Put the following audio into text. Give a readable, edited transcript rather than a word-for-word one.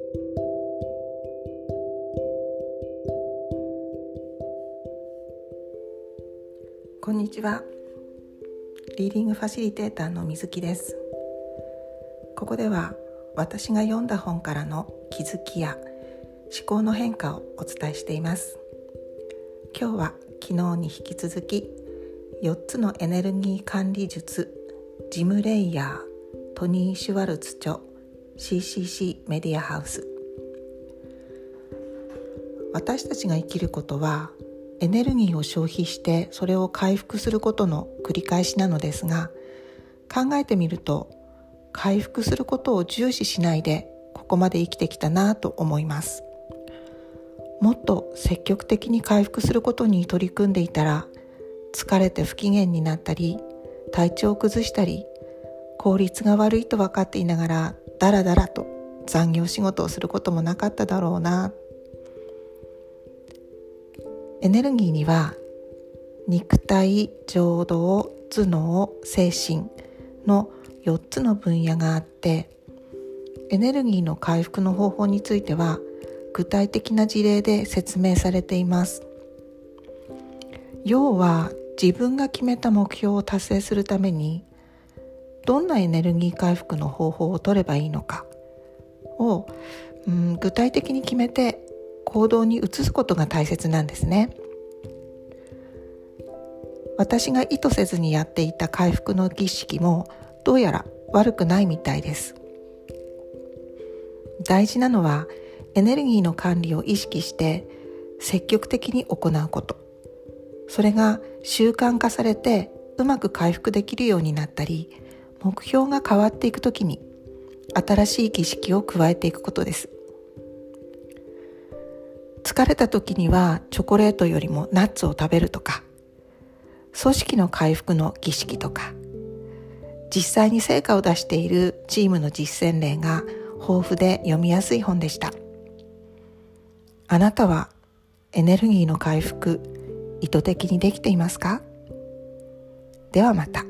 こんにちは。リーディングファシリテーターの水木です。ここでは私が読んだ本からの気づきや思考の変化をお伝えしています。今日は昨日に引き続き4つのエネルギー管理術、ジム・レイヤー、トニー・シュワルツ著 CCC メディアハウス。私たちが生きることはエネルギーを消費してそれを回復することの繰り返しなのですが、考えてみると回復することを重視しないでここまで生きてきたなと思います。もっと積極的に回復することに取り組んでいたら、疲れて不機嫌になったり体調を崩したり、効率が悪いと分かっていながらだらだらと残業仕事をすることもなかっただろうな。エネルギーには肉体、情動、頭脳、精神の4つの分野があって、エネルギーの回復の方法については具体的な事例で説明されています。要は自分が決めた目標を達成するためにどんなエネルギー回復の方法を取ればいいのかを具体的に決めて行動に移すことが大切なんですね。私が意図せずにやっていた回復の儀式もどうやら悪くないみたいです。大事なのはエネルギーの管理を意識して積極的に行うこと。それが習慣化されてうまく回復できるようになったり、目標が変わっていくときに新しい儀式を加えていくことです。疲れた時にはチョコレートよりもナッツを食べるとか、組織の回復の儀式とか、実際に成果を出しているチームの実践例が豊富で読みやすい本でした。あなたはエネルギーの回復、意図的にできていますか？ではまた。